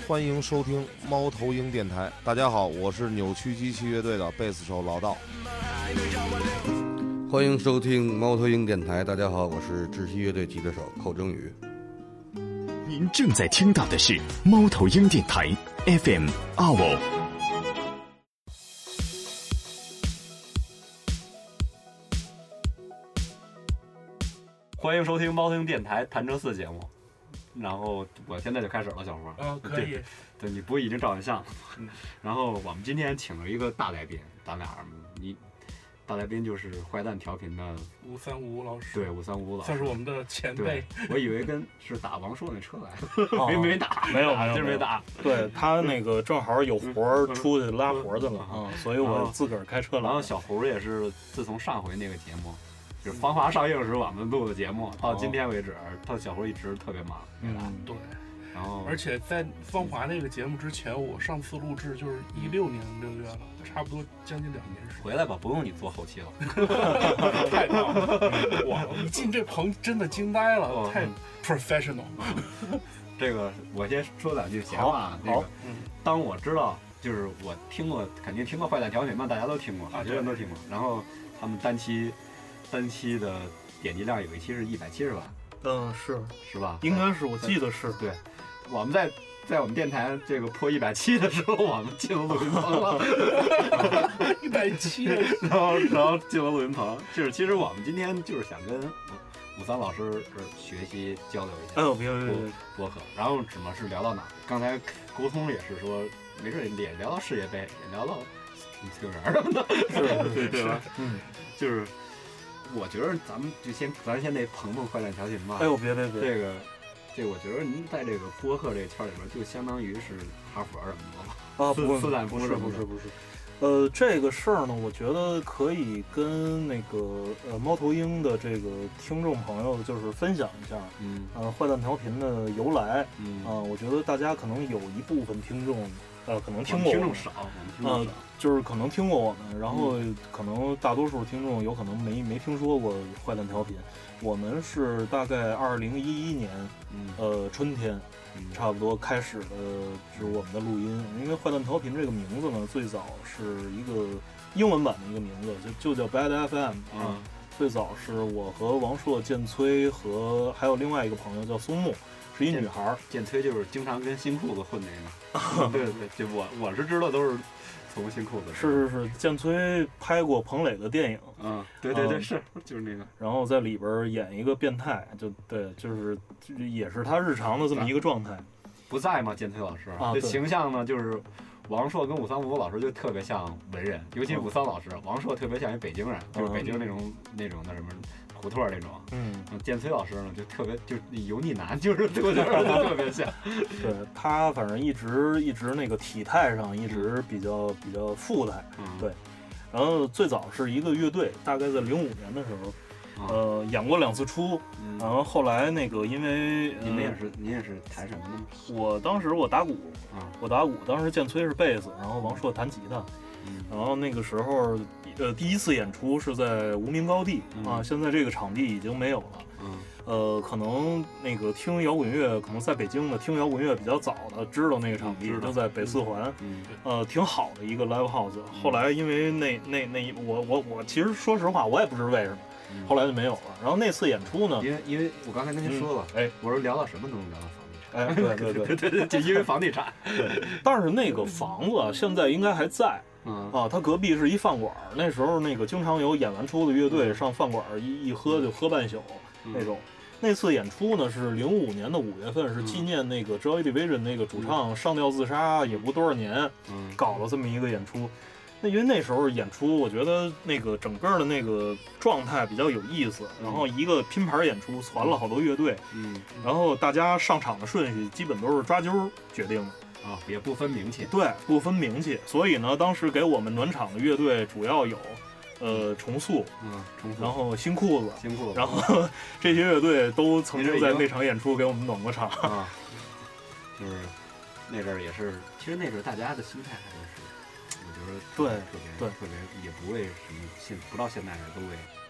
欢迎收听猫头鹰电台。大家好，我是扭曲机器乐队的贝斯手老道。 欢迎收听猫头鹰电台。大家好，我是窒息乐队吉他手寇征宇。 您正在听到的是猫头鹰电台 FM 25。 欢迎收听猫头鹰电台谈车4节目。然后我现在就开始了，小胡。 可以。 对，你不已经照完相了。然后我们今天请了一个大来宾，咱俩大来宾就是坏蛋调频的 5355老师。 对，5355老师算是我们的前辈。 我以为是打王朔那车来，没打， 没有， 真没打。 对，他那个正好有活出去拉活去了啊，所以我自个儿开车了。 然后小胡也是自从上回那个节目。就是《芳华》上映时我们录的节目，到今天为止，他小胡一直特别忙。 对。 然后， 而且在《芳华》那个节目之前，我上次录制就是16年6月了，差不多将近2年时间。 回来吧，不用你做后期了。 太棒了！哇，一进这棚真的惊呆了，太 professional。 这个我先说两句闲话。 好。 当我知道，就是我听过，肯定听过坏蛋调频嘛，大家都听过，很多人都听过。然后他们单期的点击量有一期是170万，是吧？ 应该是，我记得是。 对，我们在我们电台这个破170的时候，我们进了录音棚了。 170， 然后进了录音棚，就是其实我们今天就是想跟53老师学习交流一下。 别播客，然后怎么是聊到哪？刚才沟通也是说，没事也聊到世界杯，也聊到球员什么的，对吧？就是我觉得咱先得捧坏蛋调频吧。 别， 这个我觉得您在这个播客这圈里边，就相当于是哈佛什么的吧？ 斯坦福不是。这个事儿呢，我觉得可以跟那个猫头鹰的这个听众朋友就是分享一下，坏蛋调频的由来。我觉得大家可能有一部分听众。可能听过听众少， 就是可能听过我们，然后可能大多数听众有可能没听说过坏蛋调频。我们是大概2011年，春天，差不多开始的是我们的录音。因为坏蛋调频这个名字呢，最早是一个英文版的一个名字，就叫 Bad FM 最早是我和王朔、建崔和还有另外一个朋友叫松木。是一女孩， 建崔就是经常跟新裤子混那个。对，就我是知道都是从新裤子。 是，建崔拍过彭磊的电影。 对，是就是那个。 然后在里边演一个变态，就是也是他日常的这么一个状态。 不在吗？建崔老师这形象呢，就是王朔跟5355老师就特别像文人，尤其是53老师，王朔特别像一北京人，就是北京那种的什么。胡同那种，建崔老师呢就特别就是油腻男，就是我觉得特别像。 对他反正一直那个体态上一直比较富态，对。然后最早是一个乐队，大概在05年的时候，演过2次出，然后后来那个因为您也是弹什么呢？ 我当时我打鼓，当时建崔是贝斯，然后王朔弹吉他，然后那个时候。第一次演出是在无名高地现在这个场地已经没有了。可能那个听摇滚乐，可能在北京的听摇滚乐比较早的知道那个场地，就在北四环，挺好的一个 live house。后来因为我其实说实话，我也不知为什么，后来就没有了。然后那次演出呢， 因为我刚才跟您说了，我说聊到什么都能聊到房地产。 对，就因为房地产。 但是那个房子现在应该还在。他隔壁是一饭馆，那时候那个经常有演完出的乐队上饭馆一喝就喝半宿那种。那次演出呢是05年的5月份，是纪念那个 Joy Division 那个主唱上吊自杀也不多少年，搞了这么一个演出。那因为那时候演出，我觉得那个整个的那个状态比较有意思，然后一个拼盘演出攒了好多乐队，然后大家上场的顺序基本都是抓阄决定的。 也不分名气。 对，不分名气。所以呢，当时给我们暖场的乐队主要有，重塑，然后新裤子，然后这些乐队都曾经在那场演出给我们暖过场。 就是那阵儿也是，其实那阵儿大家的心态还是，我觉得特别也不为什么不到现在都为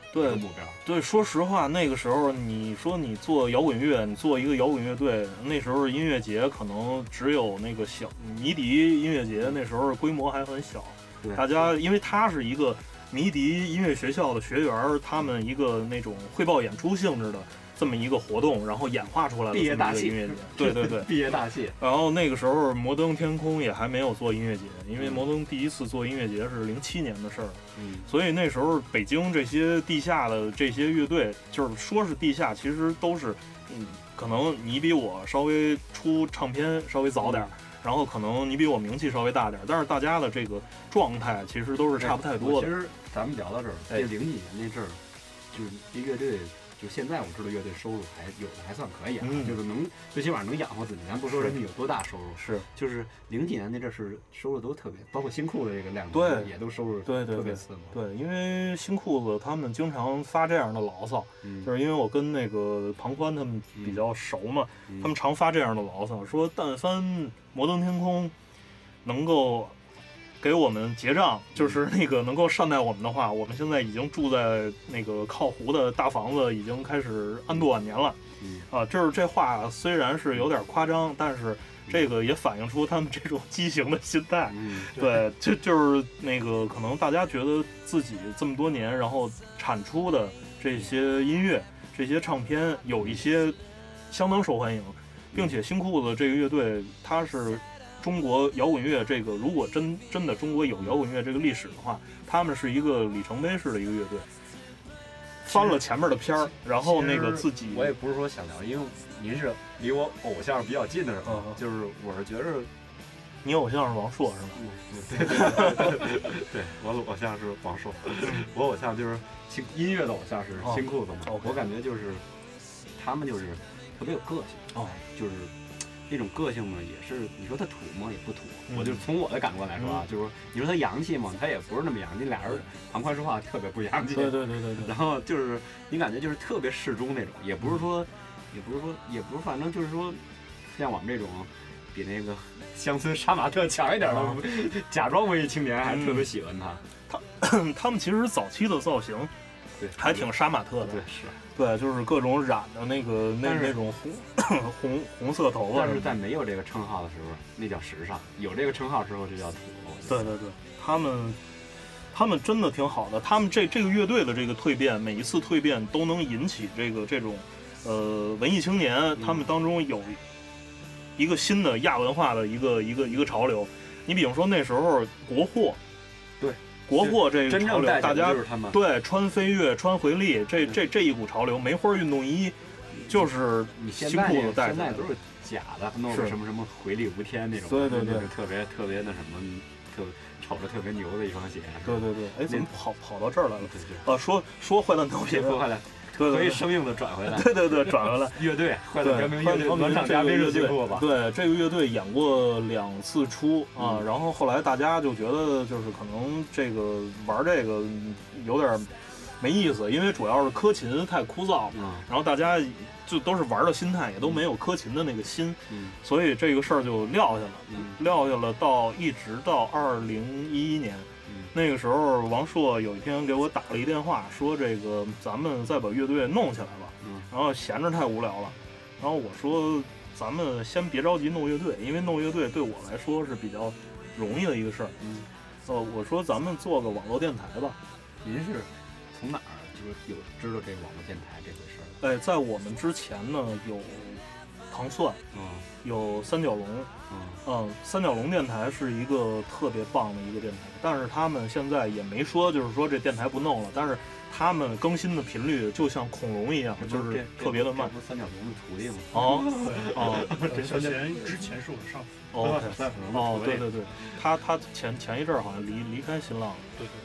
对目标。 对，说实话，那个时候你说你做摇滚乐，你做一个摇滚乐队，那时候音乐节可能只有那个小迷笛音乐节，那时候规模还很小。大家因为它是一个迷笛音乐学校的学员，他们一个那种汇报演出性质的这么一个活动，然后演化出来的毕业大戏音乐节。对对对， 毕业大戏。 然后那个时候摩登天空也还没有做音乐节，因为摩登第一次做音乐节是07年的事儿。所以那时候北京这些地下的这些乐队，就是说是地下，其实都是，可能你比我稍微出唱片稍微早点。然后可能你比我名气稍微大点，但是大家的这个状态其实都是差不太多的。 其实咱们聊到这儿，这00几年那阵儿，就是一乐队，就现在我知道乐队收入还算可以啊，就是最起码能养活自己。咱不说人家有多大收入， 是就是00几年那阵儿是收入都特别，包括新裤子这个量， 对， 也都收入特别次嘛。 对，因为新裤子他们经常发这样的牢骚，就是因为我跟那个庞宽他们比较熟嘛，他们常发这样的牢骚，说但凡摩登天空能够给我们结账，就是那个能够善待我们的话，我们现在已经住在那个靠湖的大房子，已经开始安度晚年了。就是这话虽然是有点夸张，但是这个也反映出他们这种畸形的心态。对，就是那个可能大家觉得自己这么多年，然后产出的这些音乐、这些唱片有一些相当受欢迎。并且新裤子这个乐队，它是中国摇滚乐这个，如果真的中国有摇滚乐这个历史的话，他们是一个里程碑式的一个乐队，翻了前面的片儿，然后那个自己， 我也不是说想聊，因为您是离我偶像比较近的人，就是我是觉着， 你偶像是王朔是吗？对，我偶像是王朔，我偶像就是音乐的偶像是新裤子嘛，我感觉就是他们就是特别有个性就是那种个性嘛，也是你说他土吗？也不土。我就从我的感官来说啊，就是你说他洋气嘛，他也不是那么洋气。俩人庞宽说话特别不洋气。 对。 然后就是你感觉就是特别适中那种，也不是，反正就是说，像我们这种比那个乡村杀马特强一点的，假装文艺青年还特别喜欢他。 他们其实早期的造型，对，还挺杀马特的。 对，是。 对，就是各种染的那个那种红色头发。 但是在没有这个称号的时候，那叫时尚；有这个称号的时候，就叫土。 对，他们真的挺好的。他们这个乐队的这个蜕变，每一次蜕变都能引起这种文艺青年他们当中有一个新的亚文化的一个潮流。你比如说那时候国货， 对。 国货这个潮流，大家对穿飞跃、穿回力，这一股潮流，梅花运动衣就是新裤子带的。 现在都是假的，弄个什么回力无天那种， 对， 特别那什么，瞅着特别牛的一双鞋。 对，哎，怎么跑到这儿来了？对，说坏蛋调频， 说坏蛋。可以生硬的转回来， 对，转回来。 乐队，坏蛋调频乐队，暖场嘉宾是新裤子吧？ 对，这个乐队演过2次出啊，然后后来大家就觉得就是可能这个玩这个有点没意思，因为主要是科琴太枯燥，然后大家就都是玩的心态，也都没有科琴的那个心，所以这个事儿就撂下了，一直到2011年。那个时候，王朔有一天给我打了一电话，说这个咱们再把乐队弄起来吧，然后闲着太无聊了，然后我说咱们先别着急弄乐队，因为弄乐队对我来说是比较容易的一个事儿，我说咱们做个网络电台吧。 您是从哪儿就是有知道这个网络电台这回事儿？ 哎，在我们之前呢有糖蒜，有三角龙，三角龙电台是一个特别棒的一个电台，但是他们现在也没说就是说这电台不弄了，但是他们更新的频率就像恐龙一样，就是特别的慢。 不是三角龙的徒弟吗？ 这小贤之前是我的上司。对，他前一阵儿好像离开新浪了。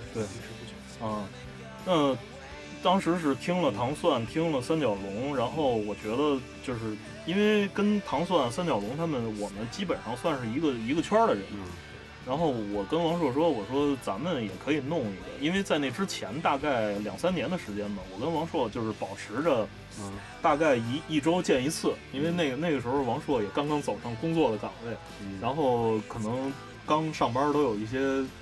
对。当时是听了糖蒜，听了三角龙，然后我觉得就是因为跟糖蒜、三角龙我们基本上算是一个圈的人，然后我跟王朔说，我说咱们也可以弄一个，因为在那之前大概2-3年的时间吧，我跟王朔就是保持着，大概一周见一次，因为那个时候王朔也刚刚走上工作的岗位，然后可能刚上班都有一些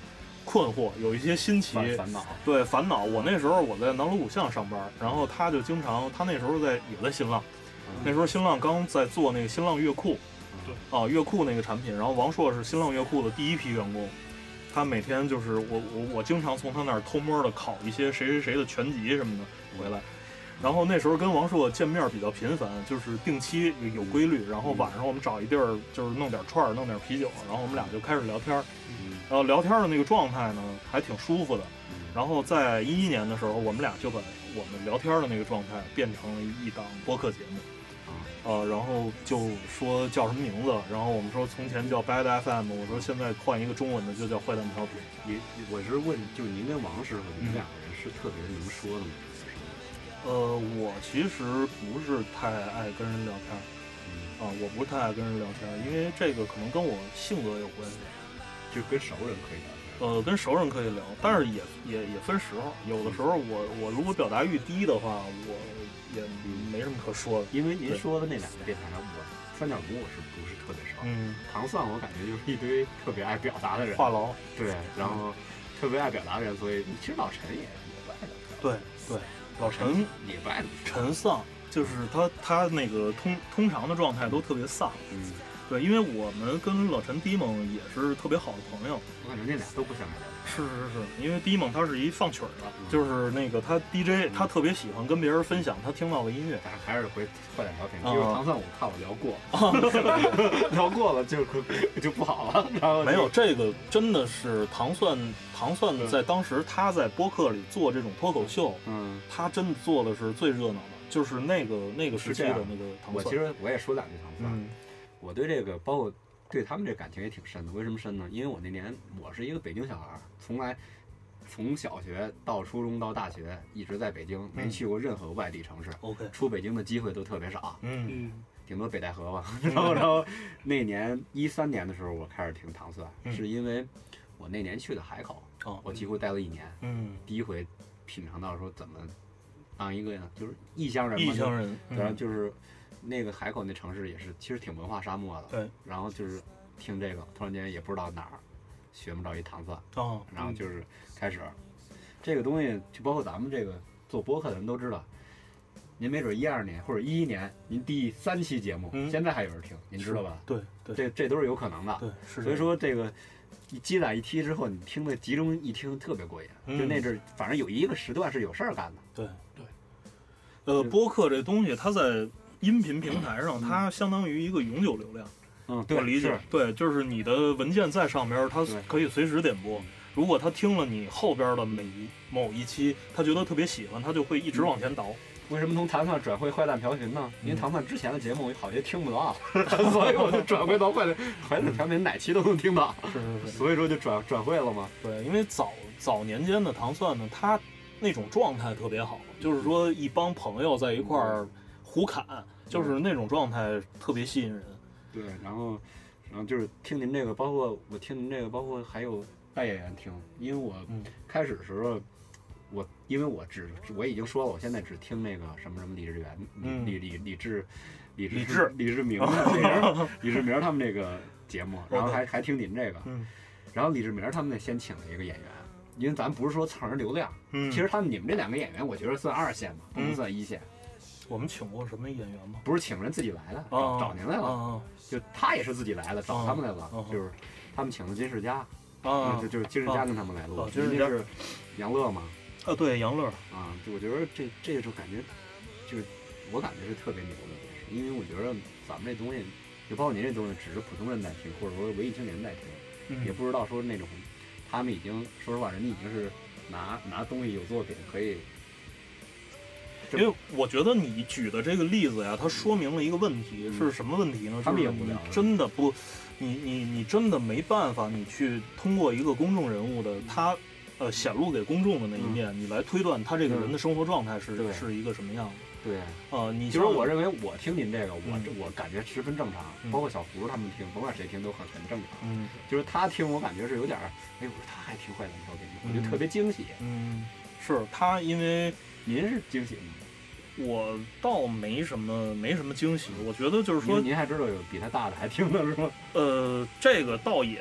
困惑，有一些新奇烦恼。 对，烦恼。我那时候我在南锣鼓巷上班，然后他就经常，他那时候也在新浪，那时候新浪刚在做那个新浪乐库，乐库那个产品，然后王朔是新浪乐库的第一批员工。他每天就是我经常从他那儿偷摸的考一些谁的全集什么的回来，然后那时候跟王朔见面比较频繁，就是定期有规律，然后晚上我们找一地儿就是弄点串儿弄点啤酒，然后我们俩就开始聊天，然后聊天的那个状态呢还挺舒服的。然后在2011年的时候，我们俩就把我们聊天的那个状态变成了一档播客节目。然后就说叫什么名字，然后我们说从前叫 Bad FM， 我说现在换一个中文的就叫坏蛋调频。 我是问，就您跟王师傅，你们两个人是特别能说的吗？ 我其实不是太爱跟人聊天，我不是太爱跟人聊天，因为这个可能跟我性格有关系。 就跟熟人可以聊。 跟熟人可以聊，但是也分时候，有的时候我如果表达欲低的话，我也没什么可说的。 因为您说的那两个电台，我3.5我是不是特别熟？糖蒜我感觉就是一堆特别爱表达的人， 话痨。 对，然后特别爱表达的人，所以其实老陈也不爱表达。对，老陈也不爱陈丧，就是他那个通常的状态都特别丧。对，因为我们跟老陈迪蒙也是特别好的朋友。 我感觉那俩都不相爱聊。 是，因为迪蒙他是一放曲儿的，就是那个他 DJ，他特别喜欢跟别人分享他听到的音乐。 但是还是回坏蛋调频，因为糖蒜我看我聊过，聊过了就不好了。然后没有这个真的是糖蒜在当时他在播客里做这种脱口秀，他真的做的是最热闹的，就是那个时期的那个糖蒜。 其实我也说2句糖蒜。我对这个包括对他们这感情也挺深的。为什么深呢？因为我那年我是一个北京小孩，从小学到初中到大学一直在北京，没去过任何外地城市。出北京的机会都特别少。顶多北戴河吧。然后那年13年的时候，我开始听糖蒜，是因为我那年去的海口，我几乎待了1年。第一回品尝到说怎么当一个就是异乡人嘛。 异乡人， 然后就是那个海口那城市也是，其实挺文化沙漠的。 对。 然后就是听这个，突然间也不知道哪儿学不着一糖蒜。然后就是开始这个东西，就包括咱们这个做播客的人都知道，您没准12年或者11年，您第3期节目，现在还有人听，您知道吧？ 对， 这都是有可能的。 对，是。 所以说这个积攒一期之后，你听的集中一听特别过瘾。就那阵反正有一个时段是有事儿干的。 对。播客这东西，它在音频平台上，它相当于一个永久流量。 对， 我理解。对，就是你的文件在上边，它可以随时点播。如果他听了你后边的某一期，他觉得特别喜欢，他就会一直往前倒。 为什么从糖蒜转回坏蛋调频呢？因为糖蒜之前的节目我好像听不到，所以我就转回到坏蛋调频，哪期都能听到。 是。 所以说就转会了嘛。 对，因为早年间的糖蒜呢，他那种状态特别好，就是说一帮朋友在一块儿胡侃，就是那种状态特别吸引人。 对，然后就是听您这个，包括我听您这个，包括还有带演员听，因为我开始的时候，因为我已经说了，我现在只听那个什么李志源、李志明他们这个节目，然后还听您这个，然后李志明他们那先请了一个演员，因为咱不是说蹭人流量，其实你们这2个演员，我觉得算2线吧，不能算1线。 我们请过什么演员吗？ 不是请人自己来的，找您来了，就他也是自己来的，找他们来了，就是他们请的金世佳，就是金世佳跟他们来录，金世佳是杨乐嘛？ 对，杨乐就我觉得这就感觉，就是我感觉是特别牛的一件事，因为我觉得咱们这东西，就包括您这东西，只是普通人在听，或者说文艺青年在听，也不知道说那种，他们已经说实话，人家已经是拿东西有作品可以。 因为我觉得你举的这个例子呀，它说明了一个问题，是什么问题呢？ 他们也无聊， 真的不，你真的没办法，你去通过一个公众人物的他显露给公众的那一面，你来推断他这个人的生活状态是一个什么样的。 对， 你就是我认为我听您这个，我感觉十分正常，包括小胡他们听，甭管谁听都很正常。就是他听，我感觉是有点，我说他还听坏蛋调频，我就特别惊喜。 是他，因为您是惊喜吗？ 我倒没什么惊喜，我觉得就是说， 您还知道有比他大的还听的是吗？ 这个倒也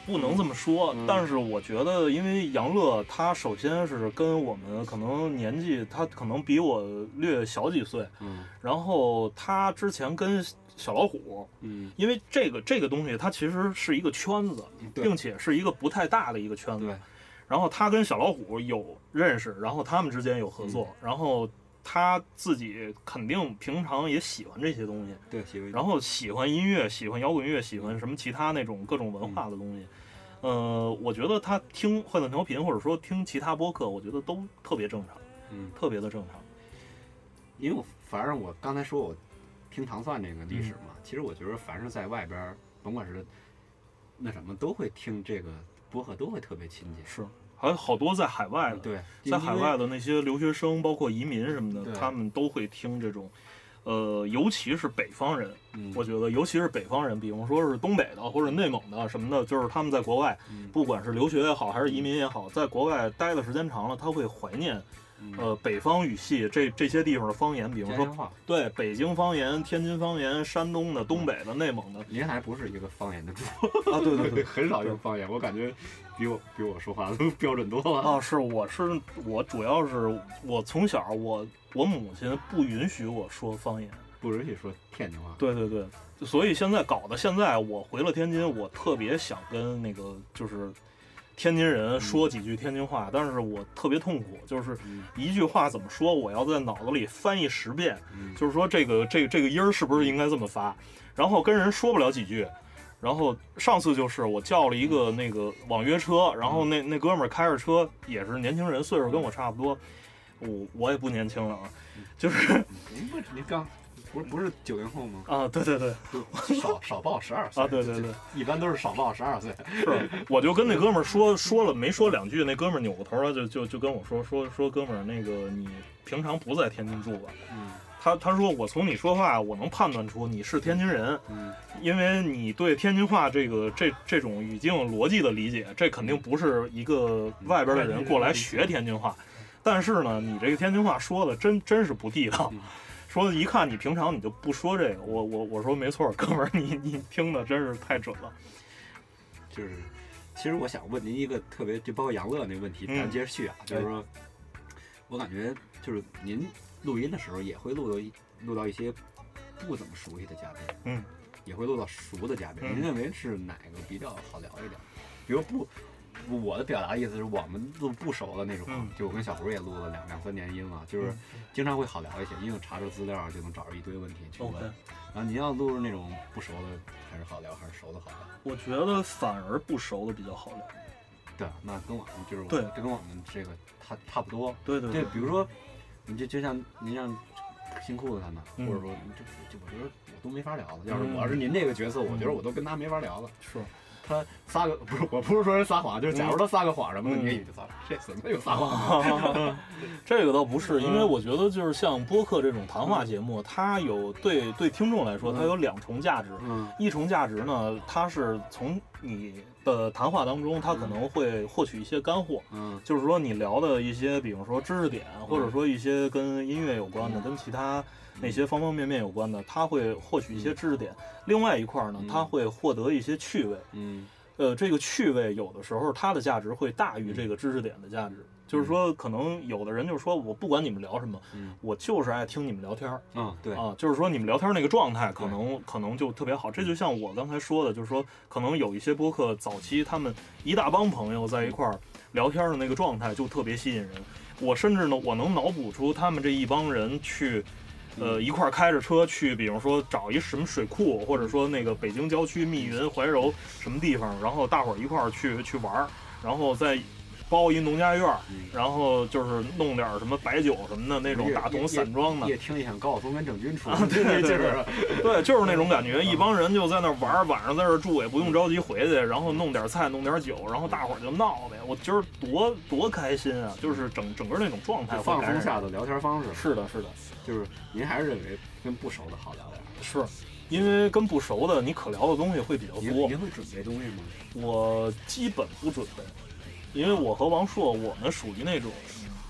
不能这么说。但是我觉得，因为杨乐他首先是跟我们可能年纪，他可能比我略小几岁，然后他之前跟小老虎，因为这个东西它其实是一个圈子，并且是一个不太大的一个圈子。然后他跟小老虎有认识，然后他们之间有合作，然后他自己肯定平常也喜欢这些东西， 对，喜欢， 然后喜欢音乐，喜欢摇滚乐，喜欢什么其他那种各种文化的东西。我觉得他听坏蛋调频或者说听其他播客，我觉得都特别正常，特别的正常。 因为反正我刚才说我听糖蒜这个历史嘛，其实我觉得凡是在外边，甭管是那什么，都会听这个播客，都会特别亲近。 是。还有好多在海外的， 对， 在海外的那些留学生，包括移民什么的，他们都会听这种，尤其是北方人，我觉得尤其是北方人，比方说是东北的或者内蒙的什么的，就是他们在国外，不管是留学也好，还是移民也好，在国外待的时间长了，他会怀念。北方语系这些地方的方言，比方说对北京方言、天津方言、山东的、东北的、内蒙的， 您还不是一个方言的主啊？对， 很少用方言，我感觉比我说话都标准多了啊！我主要是我从小我母亲不允许我说方言， 不允许说天津话。 对，所以现在我回了天津，我特别想跟那个就是天津人说几句天津话，但是我特别痛苦，就是一句话怎么说，我要在脑子里翻译10遍，就是说这个音儿是不是应该这么发，然后跟人说不了几句。然后上次就是我叫了一个那个网约车，然后那哥们儿开着车也是年轻人，岁数跟我差不多，我也不年轻了啊，就是你刚不是90后吗？ 啊，对， 少报12岁啊，对， 一般都是少报12岁。 是，我就跟那哥们儿说了没说2句，那哥们儿扭过头来就跟我说哥们儿，那个你平常不在天津住吧？他说我从你说话我能判断出你是天津人，因为你对天津话这种语境逻辑的理解，这肯定不是一个外边的人过来学天津话，但是呢，你这个天津话说的真是不地道。说一看你平常你就不说这个，我说没错，哥们儿，你听的真是太准了。 就是，其实我想问您一个特别，就包括杨乐那个问题，咱接着续啊，就是说，我感觉就是您录音的时候也会录到一些不怎么熟悉的嘉宾，也会录到熟的嘉宾。您认为是哪个比较好聊一点？比如我的表达意思是我们录不熟的那种，就我跟小胡也录了2-3年音了，就是经常会好聊一些，因为查着资料就能找着一堆问题去问。然后您要录那种不熟的，还是好聊，还是熟的好聊？ 我觉得反而不熟的比较好聊。 对，那跟我们就是对， 跟我们这个差不多。对，比如说，你就像您让新裤子他们，或者说就我觉得我都没法聊了。要是我是您这个角色，我觉得我都跟他没法聊了。 是。 他撒个不是，我不是说人撒谎，就是假如他撒个谎什么的，你也就撒，这怎么又撒谎？ 这个倒不是，因为我觉得就是像播客这种谈话节目，它有对听众来说，它有2重价值。一重价值呢，它是从你的谈话当中，它可能会获取一些干货。就是说你聊的一些，比方说知识点，或者说一些跟音乐有关的，跟其他那些方方面面有关的，他会获取一些知识点。另外一块呢，他会获得一些趣味。这个趣味有的时候它的价值会大于这个知识点的价值。就是说，可能有的人就说，我不管你们聊什么，我就是爱听你们聊天。 对啊，就是说你们聊天那个状态，可能就特别好。这就像我刚才说的，就是说，可能有一些播客早期他们一大帮朋友在一块儿聊天的那个状态就特别吸引人。我甚至呢，我能脑补出他们这一帮人去。一块开着车去，比如说找一什么水库，或者说那个北京郊区密云、怀柔什么地方，然后大伙儿一块儿去玩，然后再包一农家院，然后就是弄点什么白酒什么的那种大桶散装的。 也听一响高晓松跟郑钧出， 对，就是那种感觉。一帮人就在那玩，晚上在这住，也不用着急回去，然后弄点菜，弄点酒，然后大伙儿就闹呗。我今儿多开心啊！就是整个那种状态， 放松下的聊天方式。 是的。 就是您还是认为跟不熟的好聊点？ 是，因为跟不熟的你可聊的东西会比较多。 您会准备东西吗？ 我基本不准备，因为我和王朔我们属于那种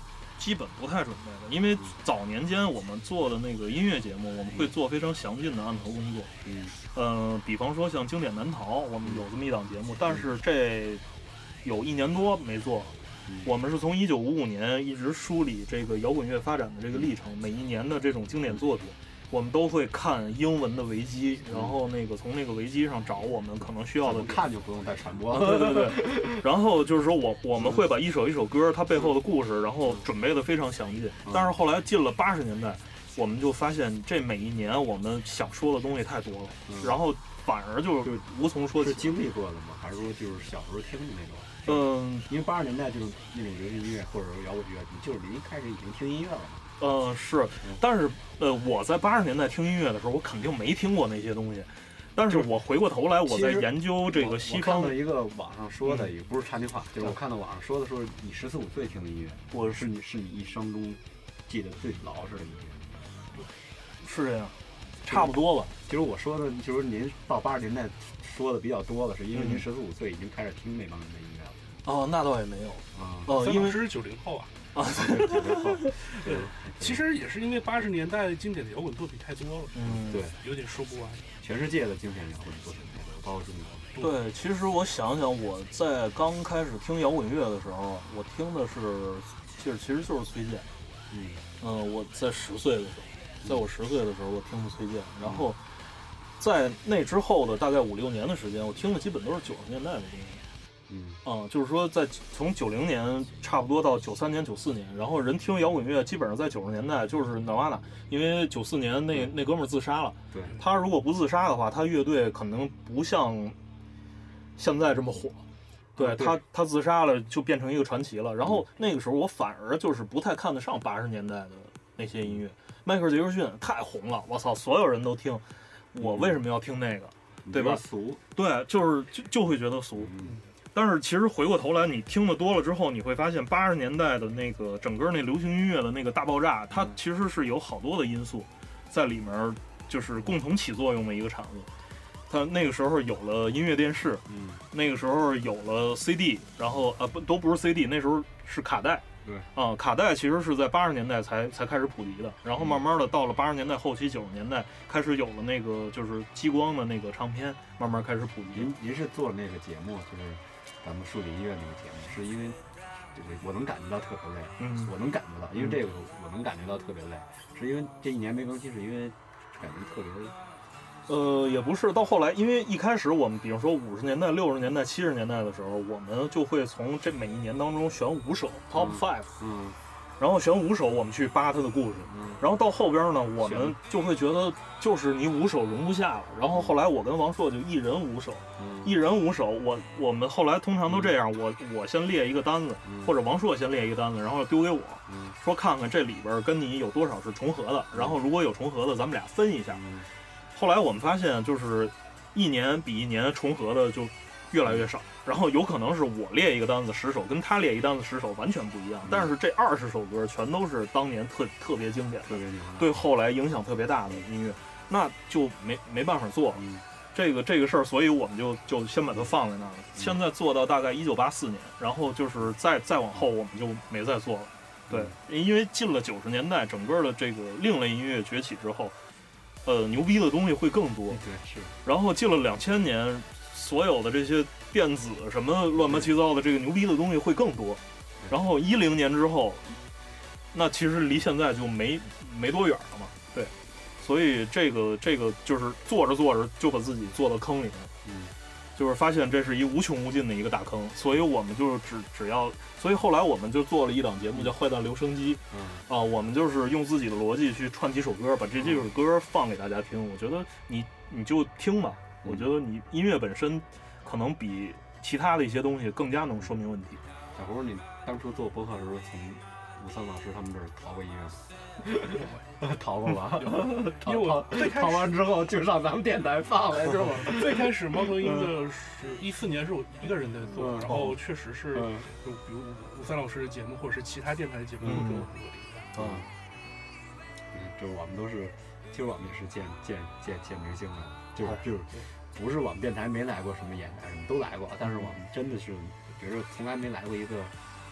基本不太准备的，因为早年间我们做的那个音乐节目，我们会做非常详尽的案头工作。比方说像经典难逃，我们有这么一档节目，但是这有1年多没做。我们是从1955年一直梳理这个摇滚乐发展的这个历程，每一年的这种经典作品，我们都会看英文的维基，然后从那个维基上找我们可能需要的， 看就不用再传播了。对。然后就是说我们会把一首一首歌它背后的故事，然后准备的非常详尽。但是后来进了80年代，我们就发现这每一年我们想说的东西太多了，然后反而就无从说起。 是经历过的吗？还是说就是小时候听的那种？因为80年代就是那种流行音乐或者摇滚乐，你就是一开始已经听音乐了嘛。 是，但是我在80年代听音乐的时候，我肯定没听过那些东西。但是我回过头来，我在研究这个西方的一个网上说的，也不是插句话，就是我看到网上说的说你14、15岁听的音乐，我是你一生中记得最牢实的音乐， 是这样，差不多吧。 其实我说的就是您到80年代说的比较多的，是因为您14、15岁已经开始听那帮人的音乐了。 那倒也没有因为是90后啊，90后。 对，其实也是因为80年代经典的摇滚作品太多了， 对， 有点说不完。 全世界的经典摇滚作品太多，包括中国。对，其实我想想，我在刚开始听摇滚乐的时候，我听的其实就是崔健。我在10岁的时候，在我10岁的时候，我听的崔健，然后在那之后的大概5、6年的时间，我听的基本都是90年代的东西。就是说从90年差不多到93年、94年，然后人听摇滚乐基本上在90年代就是 Nirvana， 因为94年那哥们儿自杀了。 对， 他如果不自杀的话，他乐队可能不像现在这么火。对，他自杀了就变成一个传奇了。然后那个时候我反而就是不太看得上80年代的那些音乐，迈克尔·杰克逊太红了，我操，所有人都听，我为什么要听那个？对吧？ 俗。 对，就会觉得俗。但是其实回过头来，你听的多了之后，你会发现80年代的那个整个那流行音乐的那个大爆炸，它其实是有好多的因素在里面，就是共同起作用的一个产物。它那个时候有了音乐电视，那个时候有了 CD， 然后都不是 CD， 那时候是卡带。 对卡带其实是在80年代才开始普及的，然后慢慢的到了80年代后期、90年代开始有了那个就是激光的那个唱片，慢慢开始普及。 您是做那个节目，就是咱们数理音乐那个节目，是因为我能感觉到特别累，我能感觉到，因为这个我能感觉到特别累，是因为这1年没更新，是因为感觉特别累。 也不是，到后来，因为一开始我们比如说50年代、60年代、70年代的时候，我们就会从这每一年当中选5首 Top 5，然后选5首我们去扒它的故事，然后到后边呢，我们就会觉得就是你5首容不下了，然后后来我跟王朔就一人5首，一人5首，我们后来通常都这样，我先列一个单子，或者王朔先列一个单子，然后丢给我，说看看这里边跟你有多少是重合的，然后如果有重合的，咱们俩分一下。后来我们发现，就是1年比1年重合的就越来越少，然后有可能是我列一个单子10首，跟他列一单子10首完全不一样，但是这20首歌全都是当年特别经典、对后来影响特别大的音乐，那就没办法做这个事儿，所以我们就先把它放在那儿了。现在做到大概1984年，然后就是再往后我们就没再做了。对，因为进了90年代，整个的这个另类音乐崛起之后。牛逼的东西会更多， 对是。 然后进了2000年，所有的这些电子什么乱七八糟的这个牛逼的东西会更多。然后10年之后，那其实离现在就没多远了嘛。对，所以这个就是做着就把自己做到坑里面，就是发现这是一无穷无尽的一个大坑，所以我们就只要，所以后来我们就做了一档节目叫《坏蛋留声机》，我们就是用自己的逻辑去串几首歌，把这首歌放给大家听。我觉得你就听吧，我觉得你音乐本身可能比其他的一些东西更加能说明问题。 小胡，你当初做播客的时候，从53老师他们这儿淘过音乐吗？淘过吧？ 因为我淘完之后就上咱们电台放来是吗？ 最开始猫头鹰的是14年是我一个人在做，然后确实是就比如53老师的节目或者是其他电台的节目会给我很多灵感。 就我们都是，其实我们也是见明星的，就是不是我们电台没来过什么演员什么都来过，但是我们真的是觉得从来没来过一个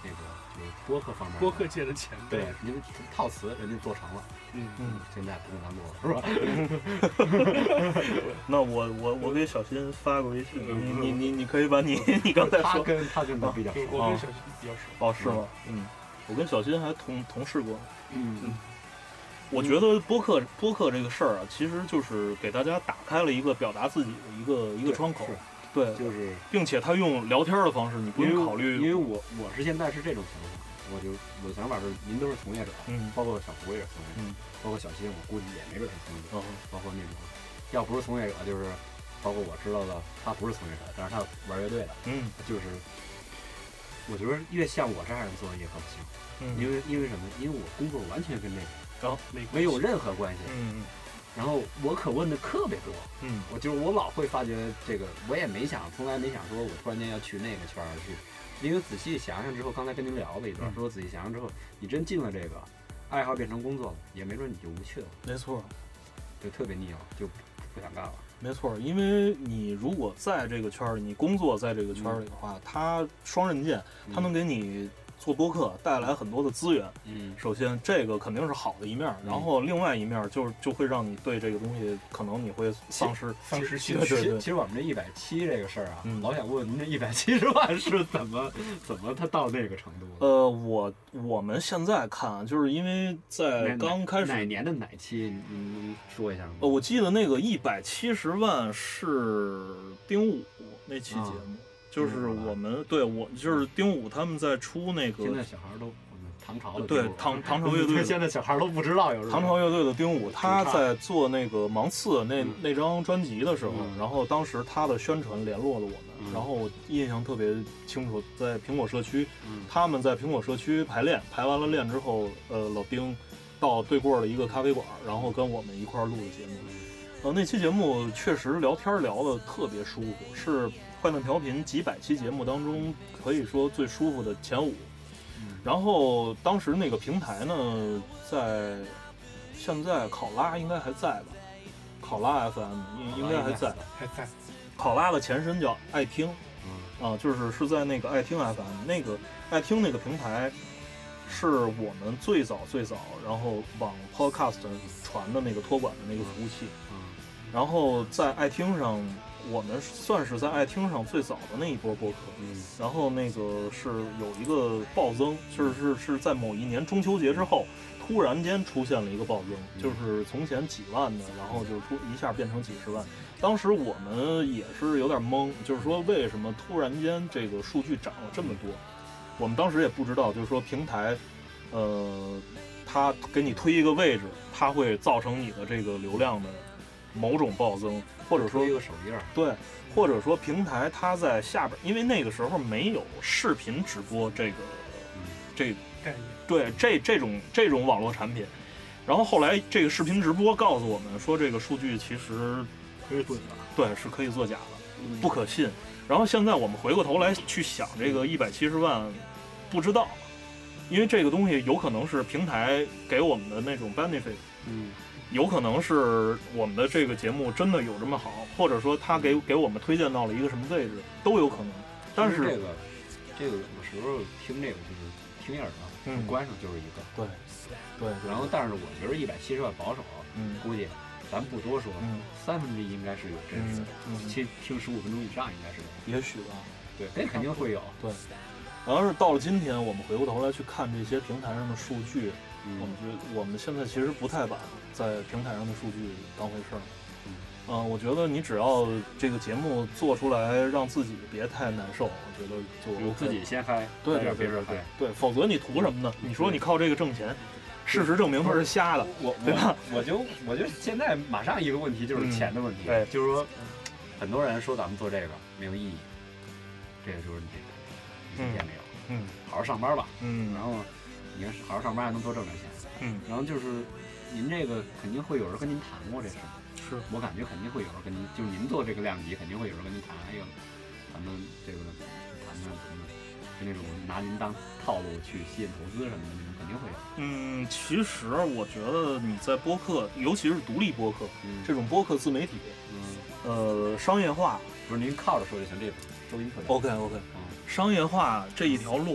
那个就是播客方面， 播客界的前辈， 对，因为套词人家做成了，现在不用咱做了， 是吧？那我给小新发个微信，你可以把你刚才说他跟他比较熟， 我跟小新比较熟， 哦，是吗？我跟小新还同事过，我觉得播客这个事儿啊，其实就是给大家打开了一个表达自己的一个窗口。对， 就是， 并且他用聊天的方式，你不用考虑。 因为我是现在是这种想法，我的想法是，您都是从业者，包括小胡也是从业者，包括小新，我估计也没准是从业者，包括那种，要不是从业者，就是包括我知道的，他不是从业者，但是他玩乐队的，就是，我觉得越像我这样人做的越高兴，因为什么？因为我工作完全跟那个没有任何关系，然后我可问的特别多，我老会发觉这个，我也从来没想说我突然间要去那个圈去，因为仔细想想之后，刚才跟您聊了一段，说仔细想想之后，你真进了这个爱好变成工作了，也没准你就无趣了， 没错， 就特别腻了，就不想干了。 没错，因为你如果在这个圈里，你工作在这个圈里的话，它双刃剑，它能给你做播客带来很多的资源，首先这个肯定是好的一面，然后另外一面就会让你对这个东西可能你会丧失兴趣。 其实我们这170这个事儿啊，老想问您这170万是怎么他到那个程度的？ 我们现在看，就是因为在刚开始哪年的哪期，您说一下吗？ 我记得那个170万是丁武那期节目。就是我就是丁武他们在出那个， 现在小孩都唐朝的， 对唐朝乐队， 现在小孩都不知道有唐朝乐队的丁武，他在做那个芒刺那张专辑的时候，然后当时他的宣传联络了我们，然后我印象特别清楚，在苹果社区，他们在苹果社区排练，排完了练之后，老丁到对过的一个咖啡馆，然后跟我们一块儿录的节目，那期节目确实聊天聊得特别舒服，是快乐调频几百期节目当中可以说最舒服的前5。然后当时那个平台呢，现在考拉应该还在吧？考拉 FM 应该还在。考拉的前身叫爱听，就是在那个爱听 FM， 那个爱听那个平台是我们最早，然后往 Podcast 传的那个托管的那个服务器。然后在爱听上，我们算是在爱听上最早的那一波播客，然后那个是有一个暴增，是在某一年中秋节之后，突然间出现了一个暴增，就是从前几万的，然后就一下变成几十万。当时我们也是有点懵，就是说为什么突然间这个数据涨了这么多？我们当时也不知道，就是说平台，它给你推一个位置，它会造成你的这个流量的某种暴增，或者说一个首页， 对，或者说平台它在下边，因为那个时候没有视频直播这概念，对这种网络产品。然后后来这个视频直播告诉我们说，这个数据其实可以作假， 对，是可以作假的，不可信。然后现在我们回过头来去想这个170万，不知道，因为这个东西有可能是平台给我们的那种 benefit，有可能是我们的这个节目真的有这么好，或者说他给我们推荐到了一个什么位置，都有可能。但是这个有的时候听这个就是听耳朵，关上就是一个。 对。 然后，但是我觉得170万保守，估计咱不多说，1/3应该是有真实的，听15分钟以上应该是有。 也许吧。 对，这肯定会有。 对。然后是到了今天，我们回过头来去看这些平台上的数据。我们觉得我们现在其实不太把在平台上的数据当回事儿。我觉得你只要这个节目做出来，让自己别太难受，我觉得就自己先嗨， 对，对，否则你图什么呢？你说你靠这个挣钱，事实证明它是瞎的，对吧？ 我就现在马上一个问题就是钱的问题，就是说很多人说咱们做这个没有意义，这个就是你一点没有，好好上班吧，然后。你好好上班还能多挣点钱，然后就是您这个肯定会有人跟您谈过这事， 是我感觉肯定会有人跟您，就是您做这个量级肯定会有人跟您谈，咱们这个谈什么的，就那种拿您当套路去吸引投资什么的那种肯定会有。 其实我觉得你在播客，尤其是独立播客，这种播客自媒体，商业化不是您靠着说就行，这个收音特别 OK，商业化这一条路。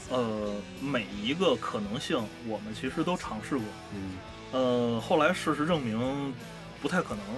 每一个可能性我们其实都尝试过。后来事实证明不太可能，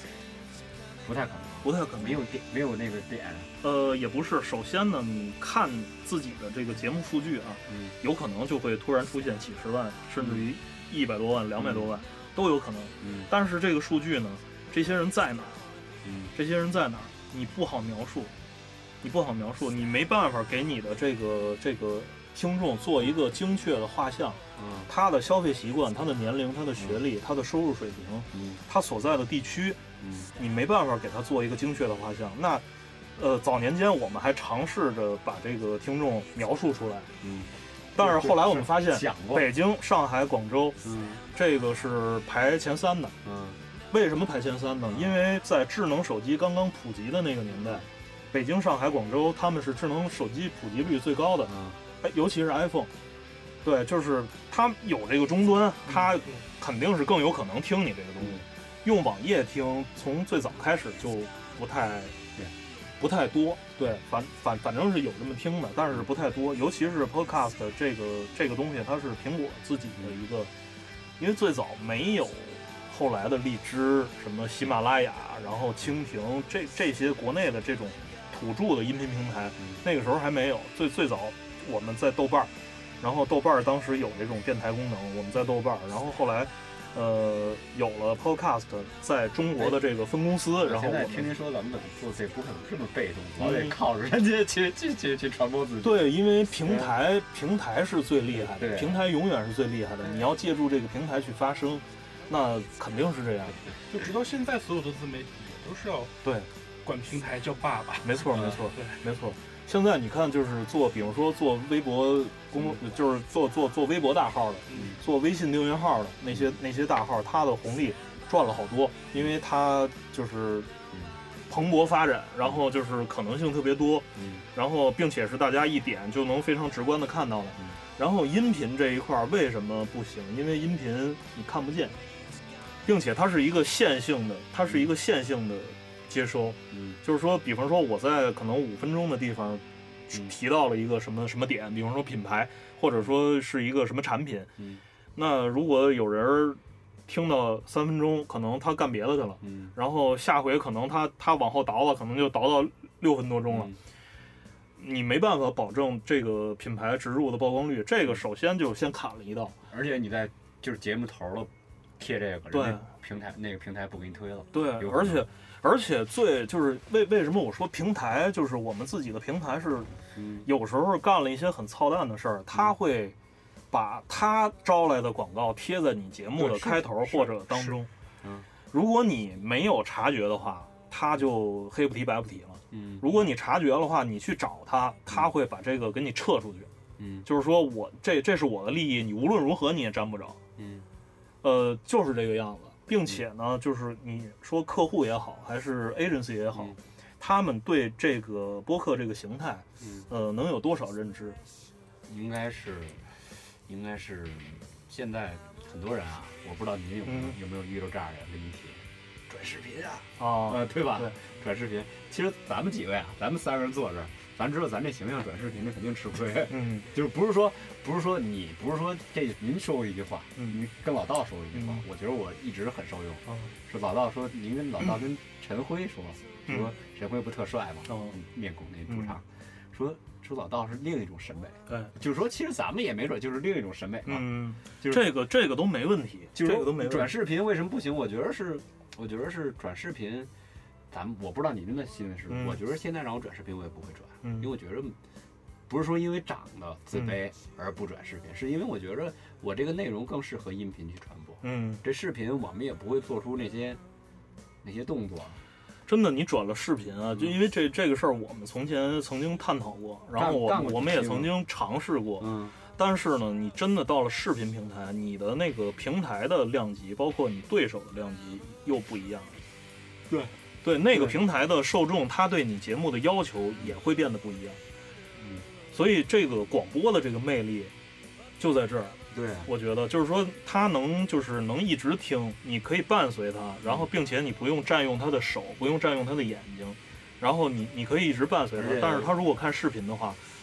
没有那个点。也不是，首先呢，你看自己的这个节目数据啊，有可能就会突然出现几十万，甚至于100多万、200多万都有可能。但是这个数据呢，这些人在哪儿？这些人在哪儿？你不好描述，你没办法给你的这个听众做一个精确的画像。他的消费习惯、他的年龄、他的学历、他的收入水平、他所在的地区，你没办法给他做一个精确的画像。那早年间我们还尝试着把这个听众描述出来，但是后来我们发现北京、上海、广州，这个是排前3的。为什么排前3呢？因为在智能手机刚刚普及的那个年代，北京、上海、广州他们是智能手机普及率最高的，尤其是 iPhone。对，就是它有这个终端，它肯定是更有可能听你这个东西。用网页听，从最早开始就不太多。对，反正是有这么听的，但是不太多。尤其是 Podcast 这个东西，它是苹果自己的一个，因为最早没有后来的荔枝、什么喜马拉雅，然后蜻蜓这些国内的这种土著的音频平台，那个时候还没有。最早我们在豆瓣。然后豆瓣当时有这种电台功能，我们在豆瓣，然后后来，有了 Podcast 在中国的这个分公司，然后现在听您说咱们做这不可能这么被动，老得靠着人家去传播自己。 对，因为平台是最厉害的，平台永远是最厉害的，你要借助这个平台去发声，那肯定是这样。 就直到现在，所有的自媒体都是要管平台叫爸爸。 没错，没错。现在你看，就是比如说做微博就是做微博大号的，做微信订阅号的那些大号，他的红利赚了好多，因为他就是蓬勃发展，然后就是可能性特别多，然后并且是大家一点就能非常直观的看到的。然后音频这一块为什么不行？因为音频你看不见，并且它是一个线性的接收，就是说，比方说我在可能5分钟的地方提到了一个什么点，比方说品牌，或者说是一个什么产品，那如果有人听到3分钟，可能他干别的去了，然后下回可能他往后倒了，可能就倒到6分多钟了，你没办法保证这个品牌植入的曝光率，这个首先就先砍了一道， 而且你在就是节目头了贴这个， 对， 那个平台不给你推了， 对，而且最就是为什么我说平台，就是我们自己的平台是，有时候干了一些很操蛋的事儿，他会把他招来的广告贴在你节目的开头或者当中，如果你没有察觉的话，他就黑不提白不提了，如果你察觉的话，你去找他会把这个给你撤出去，就是说我这是我的利益，你无论如何你也沾不着，就是这个样子。并且呢，就是你说客户也好，还是 agency 也好，他们对这个播客这个形态，能有多少认知？ 应该是现在很多人啊，我不知道您有没有遇到这样的问题，转视频啊，对吧？对，转视频。其实咱们几个呀，咱们3个人坐这儿，咱知道咱这形象转视频，那肯定吃亏。就是不是说这您说过一句话，您跟老道说过一句话，我觉得我一直很受用。说老道说您跟老道跟陈辉说陈辉不特帅吗？面孔那主唱说老道是另一种审美。对，就是说其实咱们也没准就是另一种审美啊。 就是这个都没问题， 就是这个都没问题。转视频为什么不行？我觉得是转视频。我不知道你们的心思是，我觉得现在让我转视频我也不会转，因为我觉得不是说因为长得自卑而不转视频，是因为我觉得我这个内容更适合音频去传播。这视频我们也不会做出那些动作。 真的，你转了视频啊，就因为这个事儿，我们从前曾经探讨过，然后我们也曾经尝试过。但是呢，你真的到了视频平台，你的那个平台的量级，包括你对手的量级又不一样。对，那个平台的受众，他对你节目的要求也会变得不一样。所以这个广播的这个魅力就在这儿。 对， 我觉得就是说，他能一直听，你可以伴随他，然后并且你不用占用他的手，不用占用他的眼睛，然后你可以一直伴随他。但是他如果看视频的话，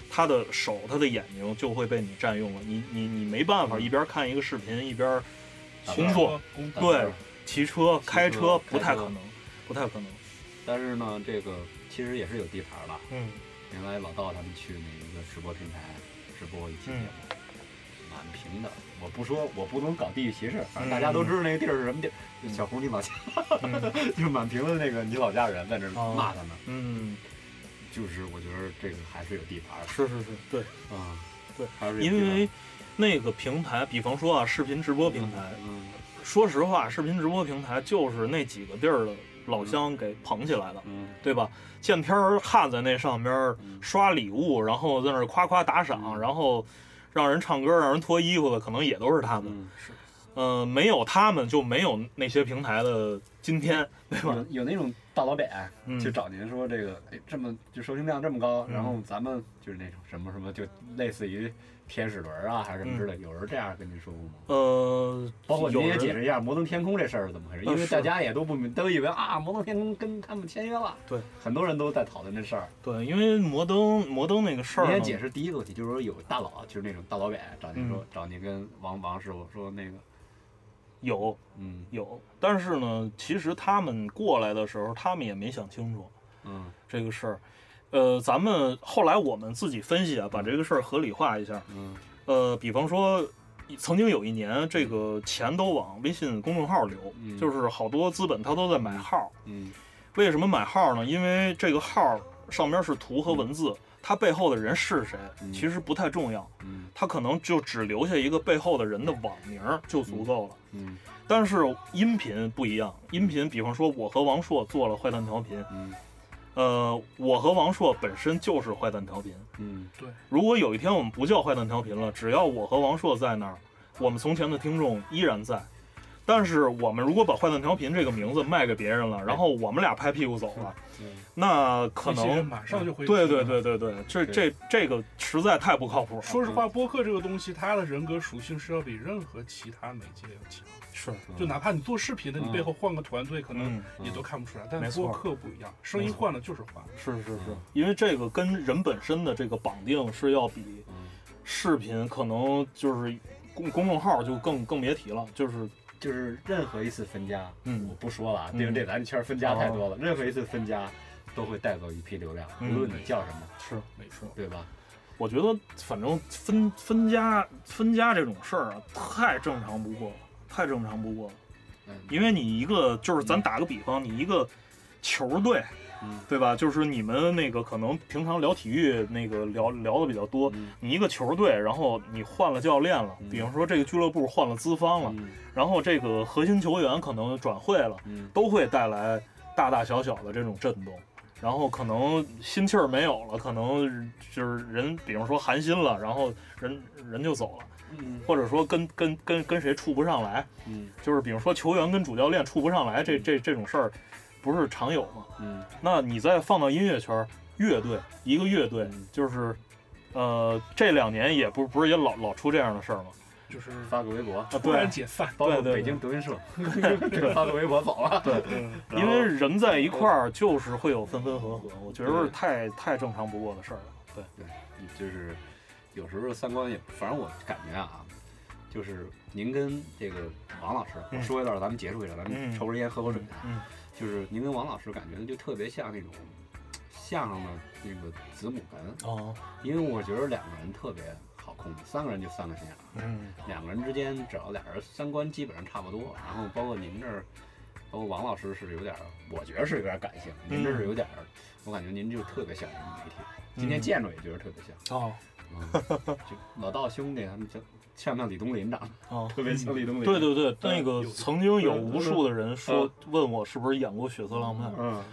他的手、他的眼睛就会被你占用了。你没办法一边看一个视频一边工作，对，骑车、开车不太可能。 但是呢，这个其实也是有地盘的。原来老道他们去那一个直播平台直播一期节目，满屏的。我不能搞地域歧视，反正大家都知道那个地儿是什么地儿，小红你老家，就满屏的那个你老家人在这骂他们。就是我觉得这个还是有地盘的。 是，对，对，因为那个平台，比方说视频直播平台，说实话，视频直播平台就是那几个地儿的老乡给捧起来的，对吧？见片儿焊在那上边刷礼物，然后在那夸夸打赏，然后让人唱歌、让人脱衣服的，可能也都是他们。没有他们就没有那些平台的今天，对吧？ 有那种大老板就找您说这个，这么就收听量这么高，然后咱们就是那种什么，就类似于天使轮啊还是什么之类，有人这样跟您说过吗？包括您也解释一下摩登天空这事儿是怎么回事，因为大家也都以为摩登天空跟他们签约了， 对， 很多人都在讨论这事儿。 对，因为摩登那个事儿， 您先解释第一个问题，就是说有大佬，就是那种大老板找您说，找您跟王师傅说那个。 有，但是呢，其实他们过来的时候，他们也没想清楚，这个事儿，咱们后来我们自己分析把这个事儿合理化一下，比方说，曾经有一年，这个钱都往微信公众号流，就是好多资本他都在买号，为什么买号呢？因为这个号上面是图和文字。他背后的人是谁，其实不太重要，他可能就只留下一个背后的人的网名就足够了。但是音频不一样，音频比方说我和王朔做了坏蛋调频，我和王朔本身就是坏蛋调频， 对。 如果有一天我们不叫坏蛋调频了，只要我和王朔在那儿，我们从前的听众依然在。但是我们如果把坏蛋调频这个名字卖给别人了，然后我们俩拍屁股走了，那可能马上就会对，这个实在太不靠谱了。 说实话，播客这个东西，它的人格属性是要比任何其他媒介要强。 是， 就哪怕你做视频的，你背后换个团队，可能你都看不出来。但播客不一样，声音换了就是换。 是，因为这个跟人本身的这个绑定是要比视频可能就是公众号就更别提了， 就是任何一次分家，我不说了，因为这咱圈分家太多了。任何一次分家都会带走一批流量，无论你叫什么， 是没错， 对吧？ 我觉得反正分家这种事儿太正常不过了，因为你一个就是咱打个比方，你一个球队。对吧？就是你们那个可能平常聊体育那个聊的比较多，你一个球队，然后你换了教练了，比方说这个俱乐部换了资方了，然后这个核心球员可能转会了，都会带来大大小小的这种震动，然后可能心气儿没有了，可能就是人，比方说寒心了，然后人就走了，或者说跟谁处不上来，就是比如说球员跟主教练处不上来，这种事儿。不是常有吗？那你再放到音乐圈，一个乐队，就是这2年也不是也老出这样的事儿吗？ 就是发个微博， 突然解散， 包括北京德云社发个微博走了。 对，因为人在一块儿就是会有分分合合，我觉得太正常不过的事儿了。 对，就是有时候三观也，反正我感觉就是您跟这个王老师，我说一段，咱们结束一下，咱们抽根烟喝口水。就是您跟王老师感觉就特别像那种相声的那个子母哏因为我觉得2个人特别好控制，3个人就3个心眼，2个人之间只要俩人三观基本上差不多，然后包括您这儿，包括王老师是有点，我觉得是有点感性，您这是有点，我感觉您就特别像一个媒体，今天见着也觉得特别像就老道兄弟他们就。像不像李东林长得特别像李东林。 对，那个曾经有无数的人问我是不是演过《血色浪漫》。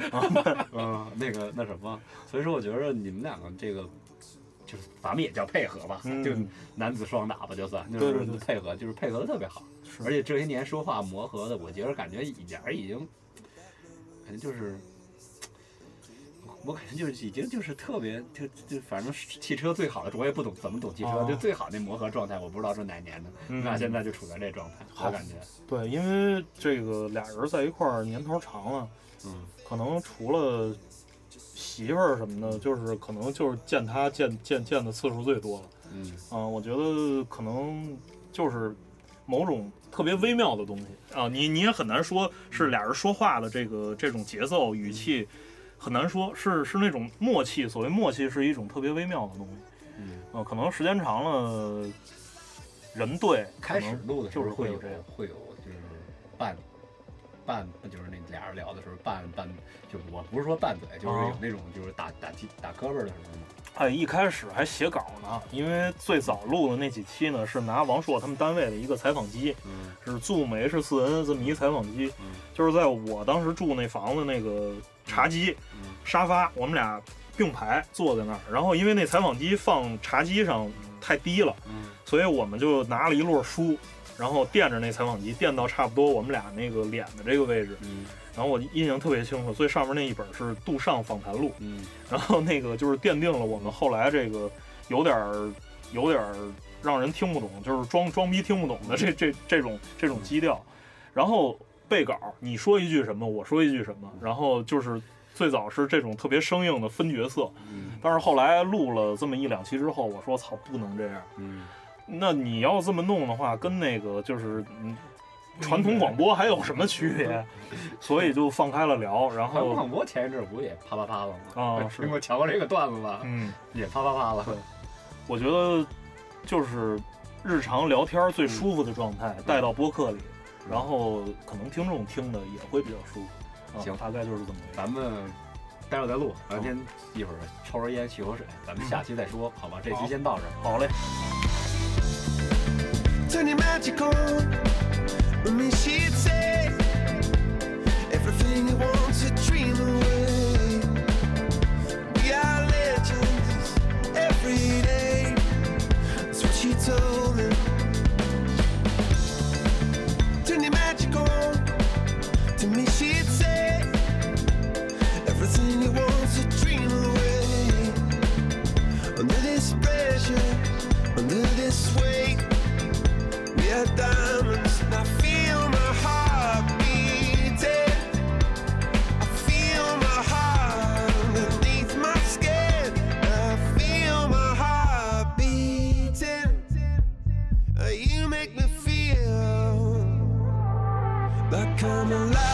那什么，所以说我觉得你们2个这个就是咱们也叫配合吧，就男子双打吧，就算就是配合，就是配合的特别好。而且这些年说话磨合的，我觉得感觉一点已经，感觉就是。我感觉就是已经就是特别就反正汽车最好的，我也不懂怎么懂汽车，就最好那磨合状态，我不知道是哪年的，那现在就处在这状态，我感觉。 对，因为这个俩人在一块儿年头长了，可能除了媳妇儿什么的，就是可能就是见他见的次数最多了。我觉得可能就是某种特别微妙的东西啊，你也很难说是俩人说话的这种节奏语气，很难说是那种默契。所谓默契是一种特别微妙的东西。可能时间长了，人对开始录的时候会有就是拌，就是那俩人聊的时候拌，就是我不是说拌嘴，就是有那种就是打磕巴的时候嘛。 一开始还写稿呢，因为最早录的那几期呢是拿王朔他们单位的一个采访机，是 Zoom H4N 这么一采访机，就是在我当时住那房子那个茶几、沙发，我们俩并排坐在那儿，然后因为那采访机放茶几上太低了，所以我们就拿了一摞书，然后垫着那采访机，垫到差不多我们俩那个脸的这个位置。然后我印象特别清楚，最上面那一本是杜尚访谈录，然后那个就是奠定了我们后来这个有点让人听不懂，就是装逼听不懂的这种基调。然后背稿，你说一句什么，我说一句什么，然后就是最早是这种特别生硬的分角色，但是后来录了这么1、2期之后，我说操，不能这样。那你要这么弄的话，跟那个就是传统广播还有什么区别？所以就放开了聊。然后传统广播前一阵不也啪啪啪了吗？ 是听过瞧过这个段子吧？也啪啪啪了。 对，我觉得就是日常聊天最舒服的状态带到播客里，然后可能听众听的也会比较舒服。 行， 大概就是这么回事。 咱们待会儿再录，然后一会儿抽根烟去口水，咱们下期再说，好吧？这期先到这儿。 好嘞。 Turn your magic on with me, she'd say everything you want to dream away. We are legends every day. That's what she told me. Turn your magic on to me, she'd say everything you want to dream away. Under this pressure, under this weight.We are diamonds, and I feel my heart beating. I feel my heart underneath my skin. I feel my heart beating. You make me feel like I'm alive.